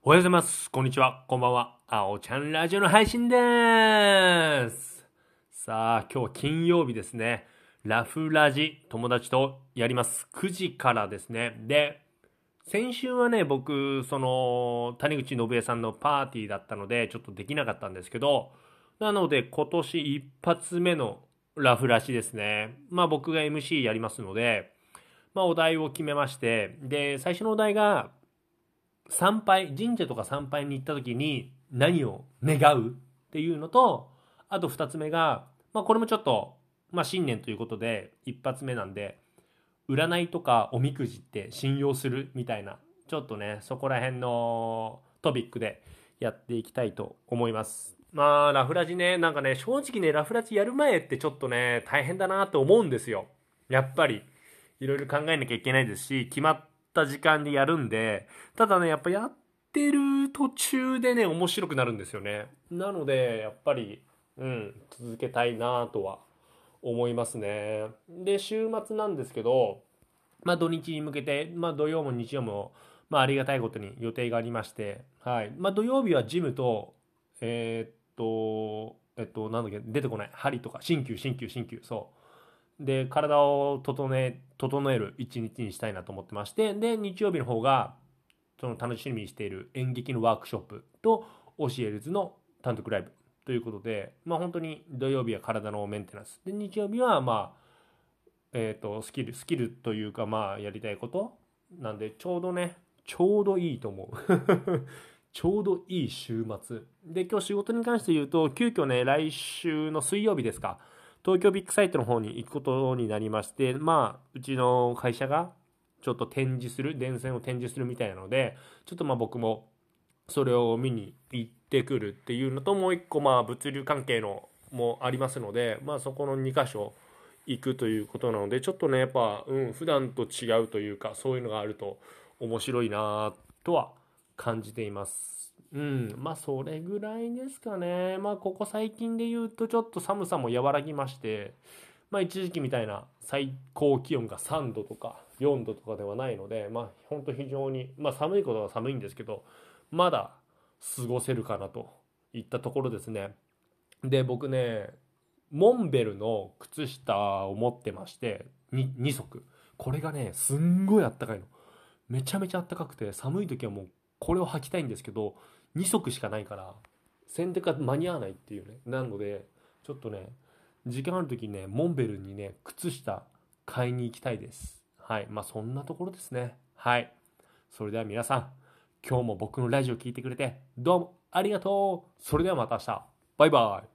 おはようございます。こんにちは。こんばんは。あおちゃんラジオの配信でーす。さあ、今日は金曜日ですね。ラフラジ、友達とやります。9時からですね。で、先週はね、僕、谷口信江さんのパーティーだったので、ちょっとできなかったんですけど、なので、今年一発目のラフラジですね。まあ僕が MC やりますので、まあお題を決めまして、で、最初のお題が、神社とか参拝に行った時に何を願うっていうのと、あと二つ目が、まあこれもちょっと、まあ新年ということで、一発目なんで、占いとかおみくじって信用するみたいな、ちょっとね、そこら辺のトピックでやっていきたいと思います。まあ、ラフラジね、なんかね、正直ね、ラフラジやる前ってちょっとね、大変だなと思うんですよ。やっぱり、いろいろ考えなきゃいけないですし、決まった時間でやるんで、ただね、やっぱやってる途中でね、面白くなるんですよね。なので、やっぱり、続けたいなとは思いますね。で、週末なんですけど、まあ土日に向けて、まあ土曜も日曜も、まあありがたいことに予定がありまして、はい。まあ土曜日はジムと、なんだっけ、出てこない。針とか、鍼灸、そう。で、体を整える一日にしたいなと思ってまして、で、日曜日の方が、その楽しみにしている演劇のワークショップと、教える図の単独ライブということで、まあ本当に土曜日は体のメンテナンス。で、日曜日はまあ、スキルというか、まあ、やりたいことなんで、ちょうどいいと思う。ちょうどいい週末。で、今日仕事に関して言うと、急遽ね、来週の水曜日ですか、東京ビッグサイトの方に行くことになりまして、まあ、うちの会社が、ちょっと電線を展示するみたいなので、ちょっとまあ僕も、それを見に行ってくるっていうのと、もう一個まあ物流関係のもありますので、まあそこの2箇所行くということなので、ちょっとね、やっぱ、普段と違うというか、そういうのがあると面白いなとは感じています。まあそれぐらいですかね。まあここ最近で言うとちょっと寒さも和らぎまして、まあ一時期みたいな最高気温が3度とか4度とかではないので、まあ本当非常に、まあ寒いことは寒いんですけど、まだ過ごせるかなといったところですね。で、僕ね、モンベルの靴下を持ってまして、2足。これがね、すんごいあったかいの。めちゃめちゃあったかくて、寒い時はもうこれを履きたいんですけど、2足しかないから、洗濯が間に合わないっていうね。なので、ちょっとね、時間ある時にね、モンベルにね、靴下買いに行きたいです。はい。まあそんなところですね。はい。それでは皆さん、今日も僕のラジオ聞いてくれて、どうもありがとう。それではまた明日。バイバイ。